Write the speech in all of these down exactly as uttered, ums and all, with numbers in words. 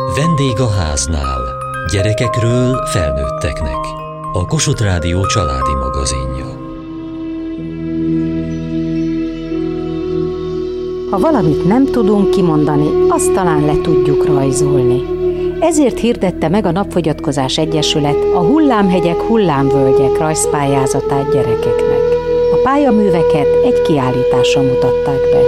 Vendég a háznál. Gyerekekről felnőtteknek. A Kossuth Rádió családi magazinja. Ha valamit nem tudunk kimondani, azt talán le tudjuk rajzolni. Ezért hirdette meg a Napfogyatkozás Egyesület a Hullámhegyek, hullámvölgyek rajzpályázatát gyerekeknek. A pályaműveket egy kiállításon mutatták be.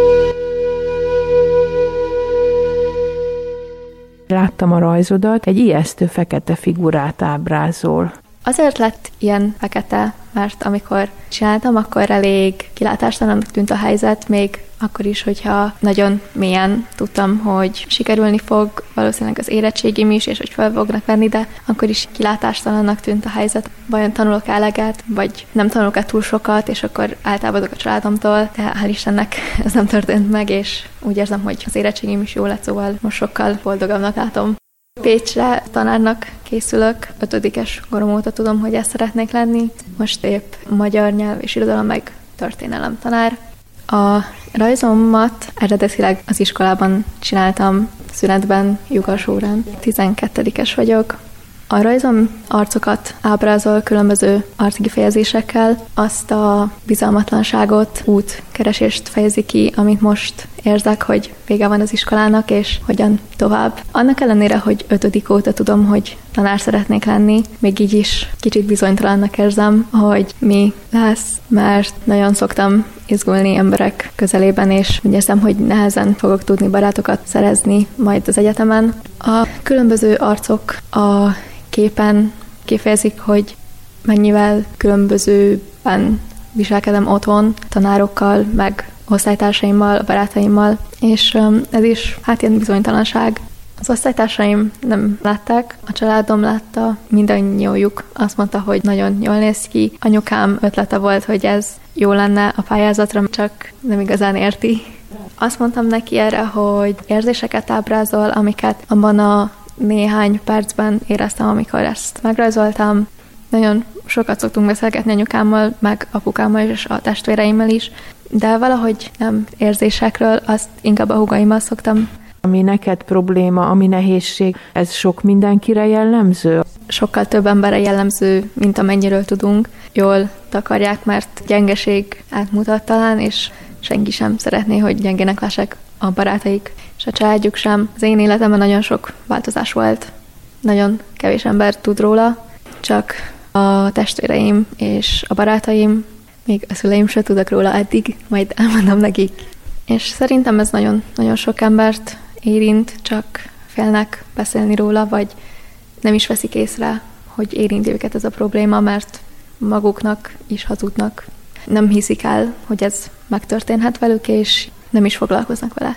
Láttam a rajzodat, egy ijesztő fekete figurát ábrázol. Azért lett ilyen fekete, mert amikor csináltam, akkor elég kilátástalannak tűnt a helyzet, még akkor is, hogyha nagyon mélyen tudtam, hogy sikerülni fog valószínűleg az érettségim is, és hogy fel fognak venni, de akkor is kilátástalannak tűnt a helyzet. Vajon tanulok eleget, vagy nem tanulok-e túl sokat, és akkor eltávolodok a családomtól, de hál' Istennek ez nem történt meg, és úgy érzem, hogy az érettségim is jó lett, szóval most sokkal boldogabbnak látom. Pécsre tanárnak készülök, ötödikes korom óta tudom, hogy ezt szeretnék lenni. Most épp magyar nyelv és irodalom meg történelem tanár. A rajzomat eredetileg az iskolában csináltam, szünetben, lyukas-órán. tizenkettedikes vagyok. A rajzom arcokat ábrázol különböző arckifejezésekkel, azt a bizalmatlanságot, útkeresést fejezi ki, amit most érzek, hogy vége van az iskolának, és hogyan tovább. Annak ellenére, hogy ötödik óta tudom, hogy tanár szeretnék lenni, még így is kicsit bizonytalannak érzem, hogy mi lesz, mert nagyon szoktam izgulni emberek közelében, és úgy érzem, hogy nehezen fogok tudni barátokat szerezni majd az egyetemen. A különböző arcok a képen kifejezik, hogy mennyivel különbözőben viselkedem otthon, tanárokkal, meg osztálytársaimmal, a barátaimmal, és ez is hát ilyen bizonytalanság. Az osztálytársaim nem látták, a családom látta, mindannyiójuk azt mondta, hogy nagyon jól néz ki. Anyukám ötlete volt, hogy ez jó lenne a pályázatra, csak nem igazán érti. Azt mondtam neki erre, hogy érzéseket ábrázol, amiket abban a néhány percben éreztem, amikor ezt megrajzoltam. Nagyon sokat szoktunk beszélgetni anyukámmal, meg apukámmal és a testvéreimmel is, de valahogy nem érzésekről, azt inkább a húgaimmal szoktam. Ami neked probléma, ami nehézség, ez sok mindenkire jellemző? Sokkal több emberre jellemző, mint amennyiről tudunk. Jól takarják, mert gyengeség átmutat talán, és senki sem szeretné, hogy gyengének lássák a barátaik, és a családjuk sem. Az én életemben nagyon sok változás volt. Nagyon kevés ember tud róla, csak a testvéreim és a barátaim, még a szüleim sem tudnak róla eddig, majd elmondom nekik. És szerintem ez nagyon, nagyon sok embert érint, csak félnek beszélni róla, vagy nem is veszik észre, hogy érinti őket ez a probléma, mert maguknak is hazudnak. Nem hiszik el, hogy ez megtörténhet velük, és nem is foglalkoznak vele.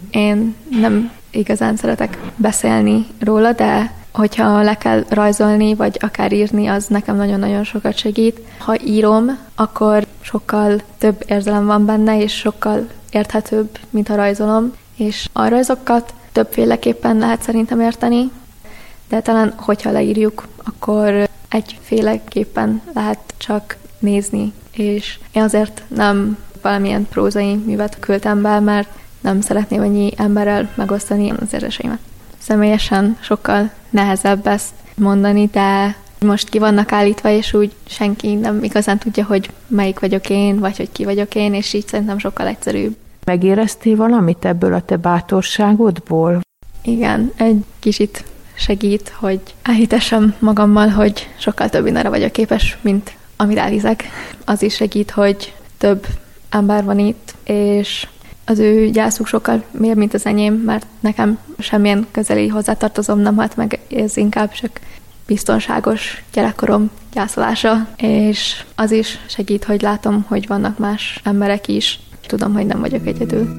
Én nem igazán szeretek beszélni róla, de hogyha le kell rajzolni, vagy akár írni, az nekem nagyon-nagyon sokat segít. Ha írom, akkor sokkal több érzelem van benne, és sokkal érthetőbb, mint ha rajzolom. És a rajzokat többféleképpen lehet szerintem érteni, de talán, hogyha leírjuk, akkor egyféleképpen lehet csak nézni. És én azért nem valamilyen prózai művet küldtem be, mert nem szeretném annyi emberrel megosztani az érzéseimet. Személyesen sokkal nehezebb ezt mondani, de most ki vannak állítva, és úgy senki nem igazán tudja, hogy melyik vagyok én, vagy hogy ki vagyok én, és így szerintem sokkal egyszerűbb. Megéreztél valamit ebből a te bátorságodból? Igen, egy kicsit segít, hogy elhitessem magammal, hogy sokkal több mindenre vagyok képes, mint amit elhiszek. Az is segít, hogy több ember van itt, és az ő gyászuk sokkal mélyebb, mint az enyém, mert nekem semmilyen közeli hozzátartozom nem halt meg, ez inkább csak biztonságos gyerekkorom gyászolása, és az is segít, hogy látom, hogy vannak más emberek is, tudom, hogy nem vagyok egyedül.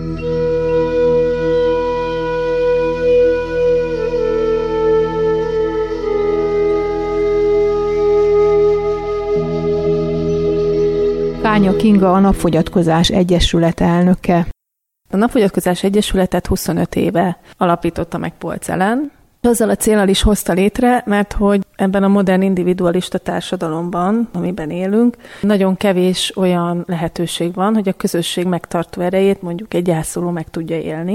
Kánya Kinga, a Napfogyatkozás Egyesület elnöke. A Napfogyatkozás Egyesületet huszonöt éve alapította meg Polcz Ellen. Azzal a céllal is hozta létre, mert hogy ebben a modern individualista társadalomban, amiben élünk, nagyon kevés olyan lehetőség van, hogy a közösség megtartó erejét mondjuk egy gyászoló meg tudja élni.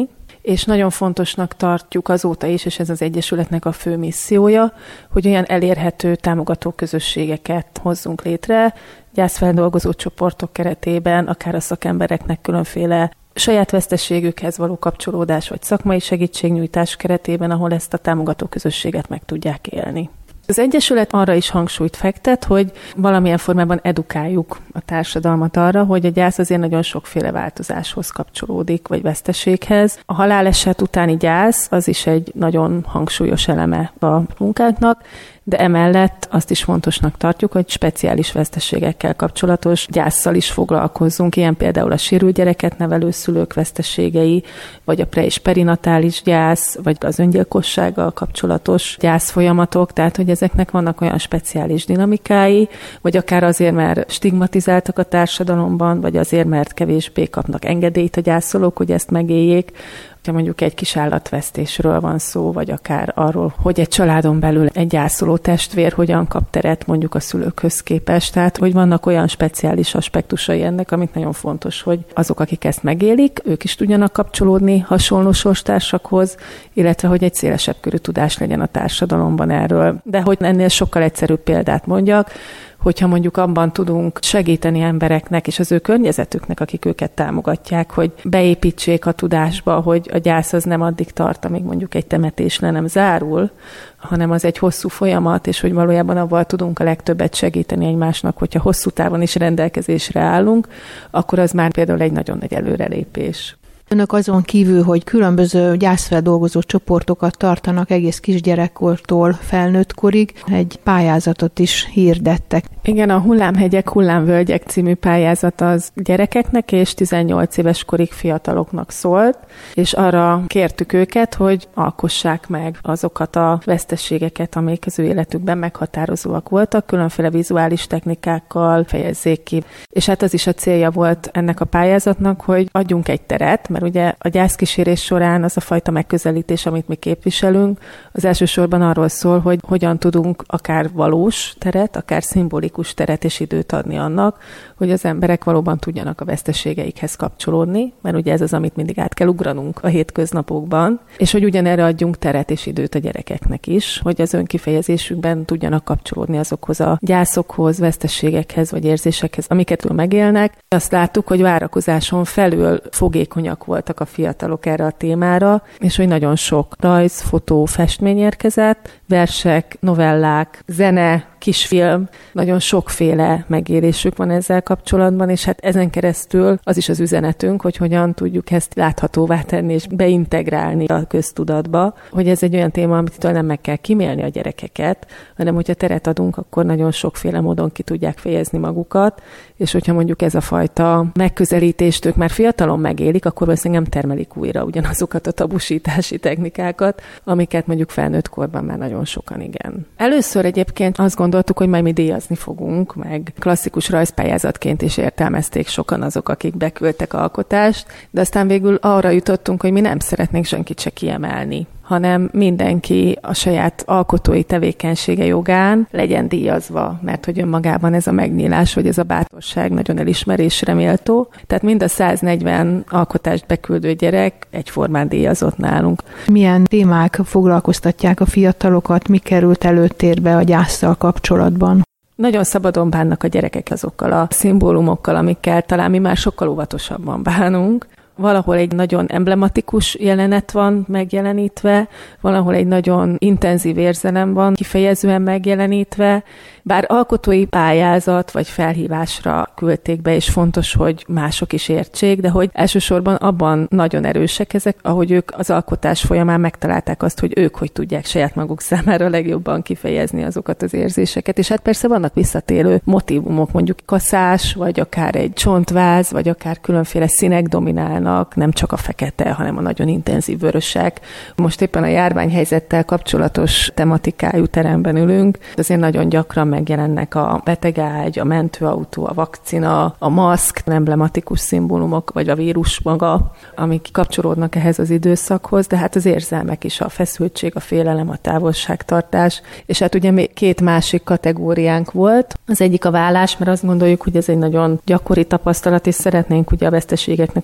és nagyon fontosnak tartjuk azóta is, és ez az Egyesületnek a fő missziója, hogy olyan elérhető támogató közösségeket hozzunk létre, gyászfeldolgozó csoportok keretében, akár a szakembereknek különféle saját veszteségükhez való kapcsolódás vagy szakmai segítségnyújtás keretében, ahol ezt a támogató közösséget meg tudják élni. Az Egyesület arra is hangsúlyt fektet, hogy valamilyen formában edukáljuk a társadalmat arra, hogy a gyász azért nagyon sokféle változáshoz kapcsolódik, vagy veszteséghez. A haláleset utáni gyász az is egy nagyon hangsúlyos eleme a munkánknak, de emellett azt is fontosnak tartjuk, hogy speciális veszteségekkel kapcsolatos gyásszal is foglalkozzunk, ilyen például a sérült gyereket nevelő szülők veszteségei, vagy a pre- és perinatális gyász, vagy az öngyilkossággal kapcsolatos gyászfolyamatok, tehát hogy ezeknek vannak olyan speciális dinamikái, vagy akár azért, mert stigmatizáltak a társadalomban, vagy azért, mert kevésbé kapnak engedélyt a gyászolók, hogy ezt megéljék, ha mondjuk egy kis állatvesztésről van szó, vagy akár arról, hogy egy családon belül egy gyászoló testvér hogyan kap teret mondjuk a szülőkhöz képest. Tehát, hogy vannak olyan speciális aspektusai ennek, amit nagyon fontos, hogy azok, akik ezt megélik, ők is tudjanak kapcsolódni hasonló sorstársakhoz, illetve, hogy egy szélesebb körű tudás legyen a társadalomban erről. De hogy ennél sokkal egyszerűbb példát mondjak, hogyha mondjuk abban tudunk segíteni embereknek és az ő környezetüknek, akik őket támogatják, hogy beépítsék a tudásba, hogy a gyász az nem addig tart, amíg mondjuk egy temetés le nem zárul, hanem az egy hosszú folyamat, és hogy valójában avval tudunk a legtöbbet segíteni egymásnak, hogyha hosszú távon is rendelkezésre állunk, akkor az már például egy nagyon nagy előrelépés. Önök azon kívül, hogy különböző gyászfeldolgozó csoportokat tartanak egész kisgyerekkortól felnőttkorig, egy pályázatot is hirdettek. Igen, a Hullámhegyek, Hullámvölgyek című pályázat az gyerekeknek és tizennyolc éves korig fiataloknak szólt, és arra kértük őket, hogy alkossák meg azokat a veszteségeket, amik az ő életükben meghatározóak voltak, különféle vizuális technikákkal fejezzék ki. És hát az is a célja volt ennek a pályázatnak, hogy adjunk egy teret, mert ugye a gyászkísérés során az a fajta megközelítés, amit mi képviselünk, az elsősorban arról szól, hogy hogyan tudunk akár valós teret, akár szimbolikus teret és időt adni annak, hogy az emberek valóban tudjanak a veszteségeikhez kapcsolódni, mert ugye ez az, amit mindig át kell ugranunk a hétköznapokban, és hogy ugyanerre adjunk teret és időt a gyerekeknek is, hogy az önkifejezésükben tudjanak kapcsolódni azokhoz a gyászokhoz, veszteségekhez vagy érzésekhez, amiket megélnek. Azt láttuk, hogy várakozáson felül fogékonyak voltak a fiatalok erre a témára, és hogy nagyon sok rajz, fotó, festmény érkezett, versek, novellák, zene, kisfilm, nagyon sokféle megélésük van ezzel kapcsolatban, és hát ezen keresztül az is az üzenetünk, hogy hogyan tudjuk ezt láthatóvá tenni és beintegrálni a köztudatba, hogy ez egy olyan téma, amit nem meg kell kimélni a gyerekeket, hanem hogyha teret adunk, akkor nagyon sokféle módon ki tudják fejezni magukat, és hogyha mondjuk ez a fajta megközelítést ők már fiatalon megélik, akkor valószínűleg nem termelik újra ugyanazokat a tabusítási technikákat, amiket mondjuk felnőtt korban már nagyon sokan igen. Először egyébként azt gondoltuk, hogy majd mi díjazni fogunk, meg klasszikus rajzpályázatként is értelmezték sokan azok, akik beküldtek alkotást, de aztán végül arra jutottunk, hogy mi nem szeretnénk senkit se kiemelni, hanem mindenki a saját alkotói tevékenysége jogán legyen díjazva, mert hogy önmagában ez a megnyílás, vagy ez a bátorság nagyon elismerésre méltó. Tehát mind a száznegyven alkotást beküldő gyerek egyformán díjazott nálunk. Milyen témák foglalkoztatják a fiatalokat, mi került előtérbe a gyásszal kapcsolatban? Nagyon szabadon bánnak a gyerekek azokkal a szimbólumokkal, amikkel talán mi már sokkal óvatosabban bánunk. Valahol egy nagyon emblematikus jelenet van megjelenítve, valahol egy nagyon intenzív érzelem van kifejezően megjelenítve, bár alkotói pályázat vagy felhívásra küldték be, és fontos, hogy mások is értsék, de hogy elsősorban abban nagyon erősek ezek, ahogy ők az alkotás folyamán megtalálták azt, hogy ők hogy tudják saját maguk számára legjobban kifejezni azokat az érzéseket. És hát persze vannak visszatérő motívumok, mondjuk kaszás, vagy akár egy csontváz, vagy akár különféle színek dominálnak, nem csak a fekete, hanem a nagyon intenzív vörösek. Most éppen a járványhelyzettel kapcsolatos tematikájú teremben ülünk, azért nagyon gyakran megjelennek a betegágy, a mentőautó, a vakcina, a maszk, emblematikus szimbólumok, vagy a vírus maga, amik kapcsolódnak ehhez az időszakhoz, de hát az érzelmek is, a feszültség, a félelem, a távolságtartás, és hát ugye még két másik kategóriánk volt. Az egyik a vállás, mert azt gondoljuk, hogy ez egy nagyon gyakori tapasztalat, és szeretnénk ugye a veszteségeknek a sokféle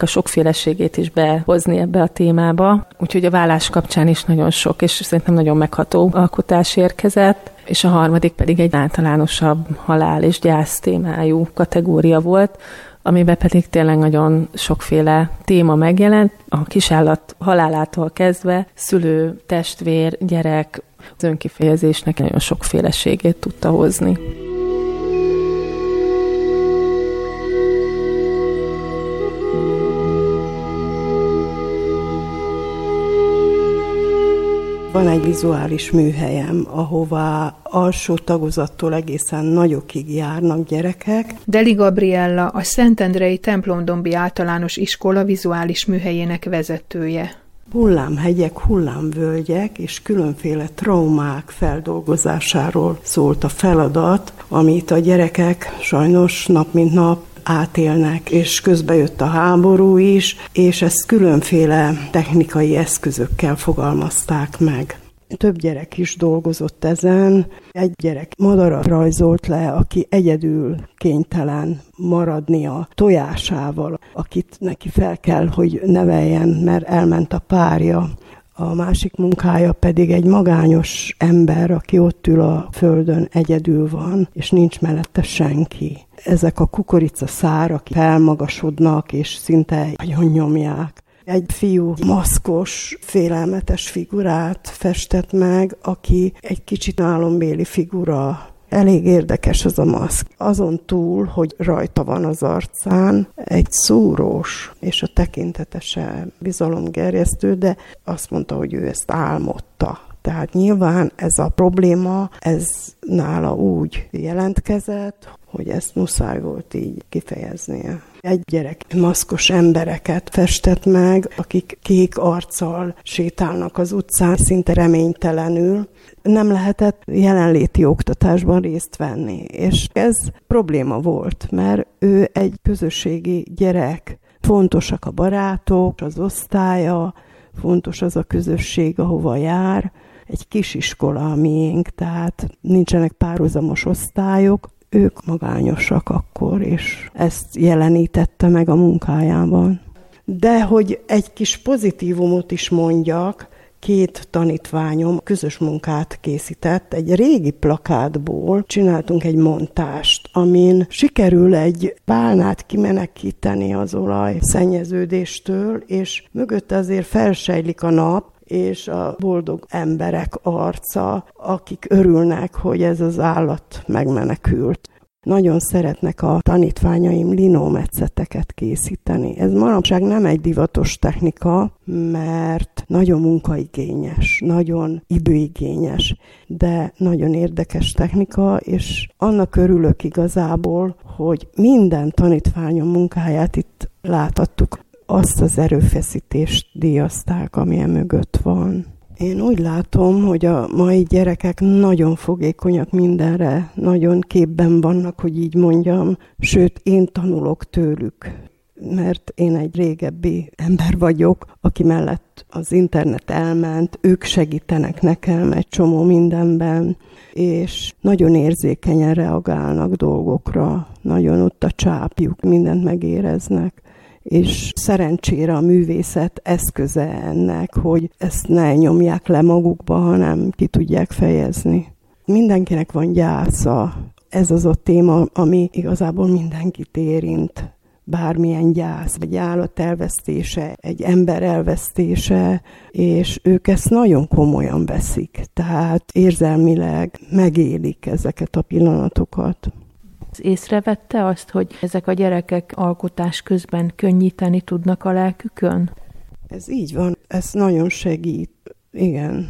sokféleségét is behozni ebbe a témába. Úgyhogy a vállás kapcsán is nagyon sok, és szerintem nagyon megható alkotás érkezett. És a harmadik pedig egy általánosabb halál és gyász témájú kategória volt, amiben pedig tényleg nagyon sokféle téma megjelent, a kisállat halálától kezdve szülő, testvér, gyerek, az önkifejezésnek nagyon sokféleségét tudta hozni. Van egy vizuális műhelyem, ahová alsó tagozattól egészen nagyokig járnak gyerekek. Deli Gabriella a Szentendrei Templomdombi Általános Iskola vizuális műhelyének vezetője. Hullámhegyek, hullámvölgyek és különféle traumák feldolgozásáról szólt a feladat, amit a gyerekek sajnos nap mint nap átélnek, és közben jött a háború is, és ezt különféle technikai eszközökkel fogalmazták meg. Több gyerek is dolgozott ezen. Egy gyerek madarat rajzolt le, aki egyedül kénytelen maradni a tojásával, akit neki fel kell, hogy neveljen, mert elment a párja. A másik munkája pedig egy magányos ember, aki ott ül a földön, egyedül van, és nincs mellette senki. Ezek a kukoricaszárok felmagasodnak, és szinte nagyon nyomják. Egy fiú maszkos, félelmetes figurát festett meg, aki egy kicsit álombéli figura. Elég érdekes az a maszk. Azon túl, hogy rajta van az arcán, egy szúrós, és a tekintetese bizalomgerjesztő, de azt mondta, hogy ő ezt álmodta. Tehát nyilván ez a probléma, ez nála úgy jelentkezett, hogy ezt muszáj volt így kifejeznie. Egy gyerek maszkos embereket festett meg, akik kék arccal sétálnak az utcán, szinte reménytelenül. Nem lehetett jelenléti oktatásban részt venni, és ez probléma volt, mert ő egy közösségi gyerek. Fontosak a barátok, az osztálya, fontos az a közösség, ahova jár. Egy kisiskola a miénk, tehát nincsenek párhuzamos osztályok, ők magányosak akkor, és ezt jelenítette meg a munkájában. De hogy egy kis pozitívumot is mondjak, két tanítványom közös munkát készített, egy régi plakátból csináltunk egy montást, amin sikerül egy bálnát kimenekíteni az olaj szennyeződéstől, és mögötte azért felsejlik a nap, és a boldog emberek arca, akik örülnek, hogy ez az állat megmenekült. Nagyon szeretnek a tanítványaim linómetszeteket készíteni. Ez manapság nem egy divatos technika, mert nagyon munkaigényes, nagyon időigényes, de nagyon érdekes technika, és annak örülök igazából, hogy minden tanítványom munkáját itt láthattuk. Azt az erőfeszítést díjazták, ami emögött van. Én úgy látom, hogy a mai gyerekek nagyon fogékonyak mindenre, nagyon képben vannak, hogy így mondjam, sőt, én tanulok tőlük, mert én egy régebbi ember vagyok, aki mellett az internet elment, ők segítenek nekem egy csomó mindenben, és nagyon érzékenyen reagálnak dolgokra, nagyon ott a csápjuk, mindent megéreznek. És szerencsére a művészet eszköze ennek, hogy ezt ne nyomják le magukba, hanem ki tudják fejezni. Mindenkinek van gyásza. Ez az a téma, ami igazából mindenkit érint. Bármilyen gyász, egy állat elvesztése, egy ember elvesztése, és ők ezt nagyon komolyan veszik. Tehát érzelmileg megélik ezeket a pillanatokat. Észrevette azt, hogy ezek a gyerekek alkotás közben könnyíteni tudnak a lelkükön? Ez így van, ez nagyon segít, igen.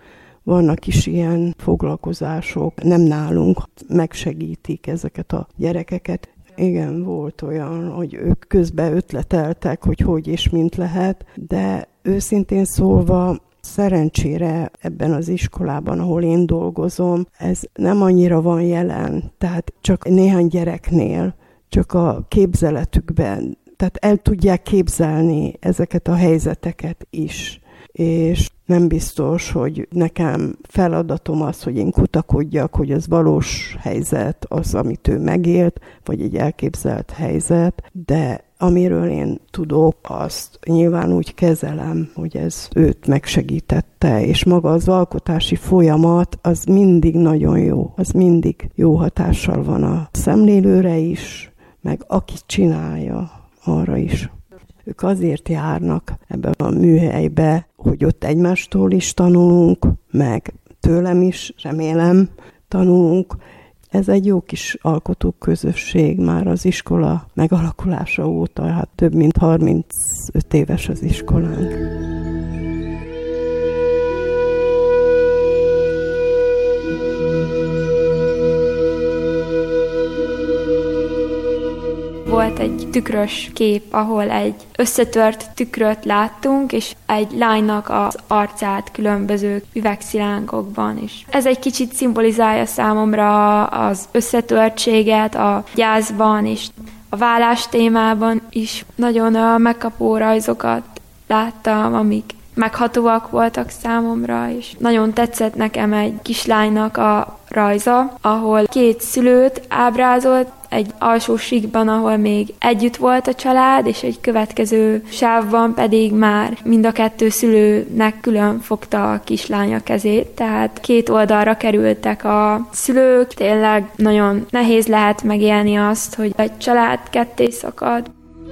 Vannak is ilyen foglalkozások, nem nálunk, megsegítik ezeket a gyerekeket. Igen, volt olyan, hogy ők közben ötleteltek, hogy hogy és mint lehet, de őszintén szólva, szerencsére ebben az iskolában, ahol én dolgozom, ez nem annyira van jelen, tehát csak néhány gyereknél, csak a képzeletükben, tehát el tudják képzelni ezeket a helyzeteket is. és nem biztos, hogy nekem feladatom az, hogy én kutakodjak, hogy az valós helyzet, az, amit ő megélt, vagy egy elképzelt helyzet, de amiről én tudok, azt nyilván úgy kezelem, hogy ez őt megsegítette, és maga az alkotási folyamat, az mindig nagyon jó, az mindig jó hatással van a szemlélőre is, meg aki csinálja, arra is. Ők azért járnak ebbe a műhelybe, hogy ott egymástól is tanulunk, meg tőlem is, remélem, tanulunk. Ez egy jó kis alkotóközösség már az iskola megalakulása óta, hát több mint harmincöt éves az iskolánk. Volt egy tükrös kép, ahol egy összetört tükröt láttunk, és egy lánynak az arcát különböző üvegszilánkokban is. Ez egy kicsit szimbolizálja számomra az összetörtséget a gyászban és a vállás témában is. Nagyon megkapó rajzokat láttam, amik meghatóak voltak számomra, és nagyon tetszett nekem egy kislánynak a rajza, ahol két szülőt ábrázolt, egy alsó síkban, ahol még együtt volt a család, és egy következő sávban pedig már mind a kettő szülőnek külön fogta a kislánya kezét, tehát két oldalra kerültek a szülők. Tényleg nagyon nehéz lehet megélni azt, hogy egy család ketté szakad.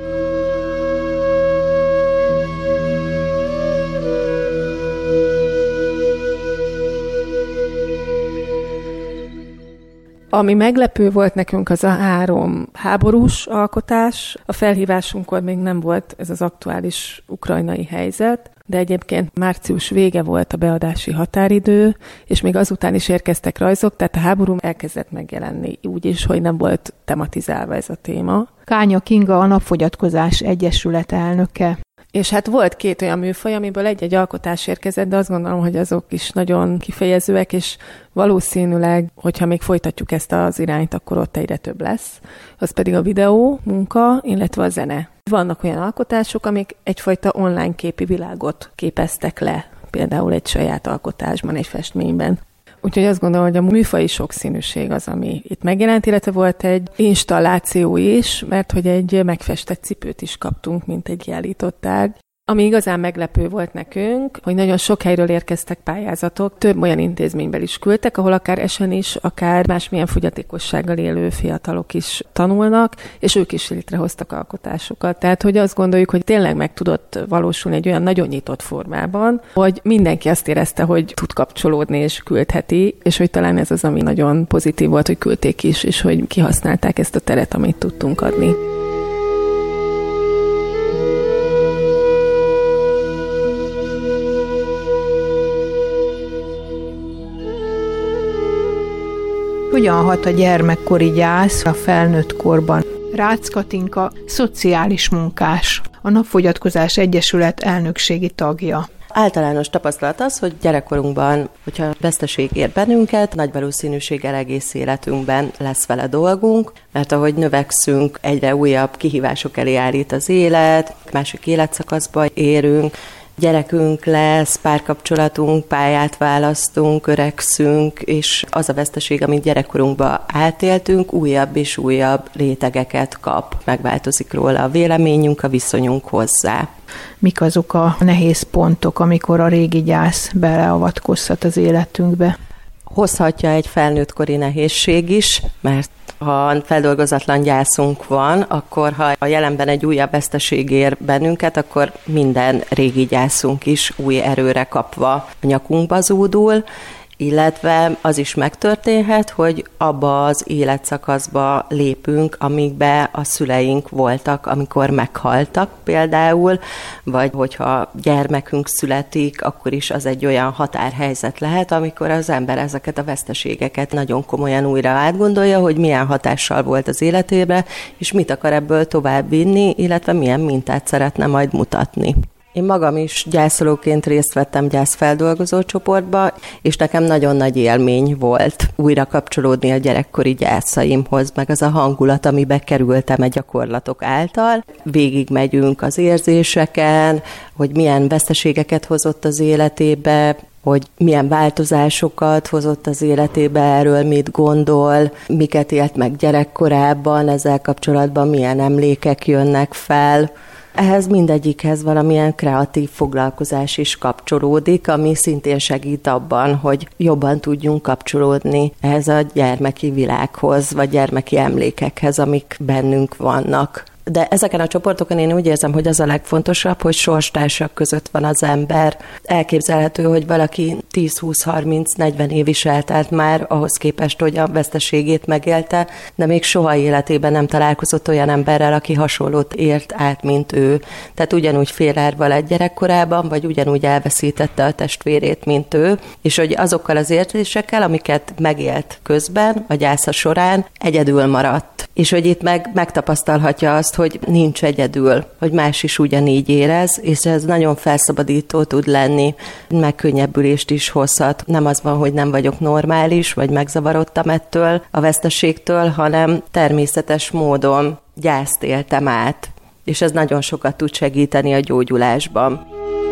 Ami meglepő volt nekünk, az a három háborús alkotás. A felhívásunkkor még nem volt ez az aktuális ukrajnai helyzet, de egyébként március vége volt a beadási határidő, és még azután is érkeztek rajzok, tehát a háború elkezdett megjelenni úgy is, hogy nem volt tematizálva ez a téma. Kánya Kinga, a Napfogyatkozás Egyesület elnöke. És hát volt két olyan műfaj, amiből egy-egy alkotás érkezett, de azt gondolom, hogy azok is nagyon kifejezőek, és valószínűleg, hogyha még folytatjuk ezt az irányt, akkor ott egyre több lesz. Az pedig a videó, munka, illetve a zene. Vannak olyan alkotások, amik egyfajta online képi világot képeztek le, például egy saját alkotásban, egy festményben. Úgyhogy azt gondolom, hogy a műfaji sokszínűség az, ami itt megjelent, illetve volt egy installáció is, mert hogy egy megfestett cipőt is kaptunk, mint egy kiállított tárgy. Ami igazán meglepő volt nekünk, hogy nagyon sok helyről érkeztek pályázatok, több olyan intézményből is küldtek, ahol akár esen is, akár másmilyen fogyatékossággal élő fiatalok is tanulnak, és ők is létrehoztak alkotásokat. Tehát, hogy azt gondoljuk, hogy tényleg meg tudott valósulni egy olyan nagyon nyitott formában, hogy mindenki azt érezte, hogy tud kapcsolódni és küldheti, és hogy talán ez az, ami nagyon pozitív volt, hogy küldték is, és hogy kihasználták ezt a teret, amit tudtunk adni. Hogyan hat a gyermekkori gyász a felnőtt korban? Rácz Katinka, szociális munkás, a Napfogyatkozás Egyesület elnökségi tagja. Általános tapasztalat az, hogy gyerekkorunkban, hogyha veszteség ér bennünket, nagy valószínűséggel egész életünkben lesz vele dolgunk, mert ahogy növekszünk, egyre újabb kihívások elé állít az élet, másik életszakaszba érünk, gyerekünk lesz, párkapcsolatunk, pályát választunk, öregszünk, és az a veszteség, amit gyerekkorunkban átéltünk, újabb és újabb rétegeket kap. Megváltozik róla a véleményünk, a viszonyunk hozzá. Mik azok a nehéz pontok, amikor a régi gyász beleavatkozhat az életünkbe? Hozhatja egy felnőttkori nehézség is, mert ha feldolgozatlan gyászunk van, akkor ha a jelenben egy újabb veszteség ér bennünket, akkor minden régi gyászunk is új erőre kapva a nyakunkba zúdul, illetve az is megtörténhet, hogy abba az életszakaszba lépünk, amikbe a szüleink voltak, amikor meghaltak például, vagy hogyha gyermekünk születik, akkor is az egy olyan határhelyzet lehet, amikor az ember ezeket a veszteségeket nagyon komolyan újra átgondolja, hogy milyen hatással volt az életébe, és mit akar ebből tovább vinni, illetve milyen mintát szeretne majd mutatni. Én magam is gyászolóként részt vettem gyászfeldolgozó csoportba, és nekem nagyon nagy élmény volt újra kapcsolódni a gyerekkori gyászaimhoz, meg az a hangulat, amibe kerültem a gyakorlatok által. Végig megyünk az érzéseken, hogy milyen veszteségeket hozott az életébe, hogy milyen változásokat hozott az életébe, erről mit gondol, miket élt meg gyerekkorában, ezzel kapcsolatban milyen emlékek jönnek fel. Ehhez mindegyikhez valamilyen kreatív foglalkozás is kapcsolódik, ami szintén segít abban, hogy jobban tudjunk kapcsolódni ehhez a gyermeki világhoz, vagy gyermeki emlékekhez, amik bennünk vannak. De ezeken a csoportokon én úgy érzem, hogy az a legfontosabb, hogy sorstársak között van az ember. Elképzelhető, hogy valaki tíz, húsz, harminc, negyven év is eltelt már ahhoz képest, hogy a veszteségét megélte, de még soha életében nem találkozott olyan emberrel, aki hasonlót ért át, mint ő. Tehát ugyanúgy félárva lett gyerekkorában, vagy ugyanúgy elveszítette a testvérét, mint ő, és hogy azokkal az érzésekkel, amiket megélt közben, a gyásza során, egyedül maradt. És hogy itt meg megtapasztalhatja azt, hogy nincs egyedül, hogy más is ugyanígy érez, és ez nagyon felszabadító tud lenni, megkönnyebbülést is hozhat. Nem az van, hogy nem vagyok normális, vagy megzavarodtam ettől a veszteségtől, hanem természetes módon gyászt éltem át, és ez nagyon sokat tud segíteni a gyógyulásban.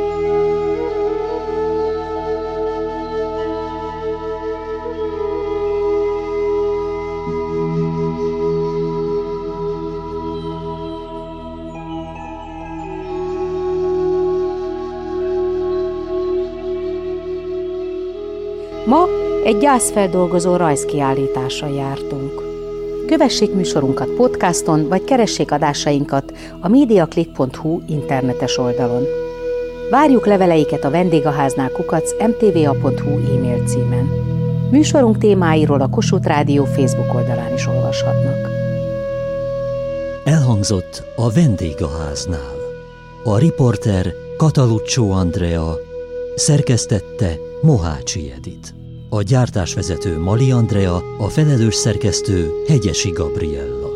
Ma egy gyászfeldolgozó rajzkiállításon jártunk. Kövessék műsorunkat podcaston, vagy keressék adásainkat a mediaclick pont hu internetes oldalon. Várjuk leveleiket a vendégháznál kukac em té vé á pont hu e-mail címen. Műsorunk témáiról a Kossuth Rádió Facebook oldalán is olvashatnak. Elhangzott a vendégháznál. A riporter Kataluccio Andrea, szerkesztette Mohácsi Edit. A gyártásvezető Mali Andrea, a felelős szerkesztő Hegyesi Gabriella.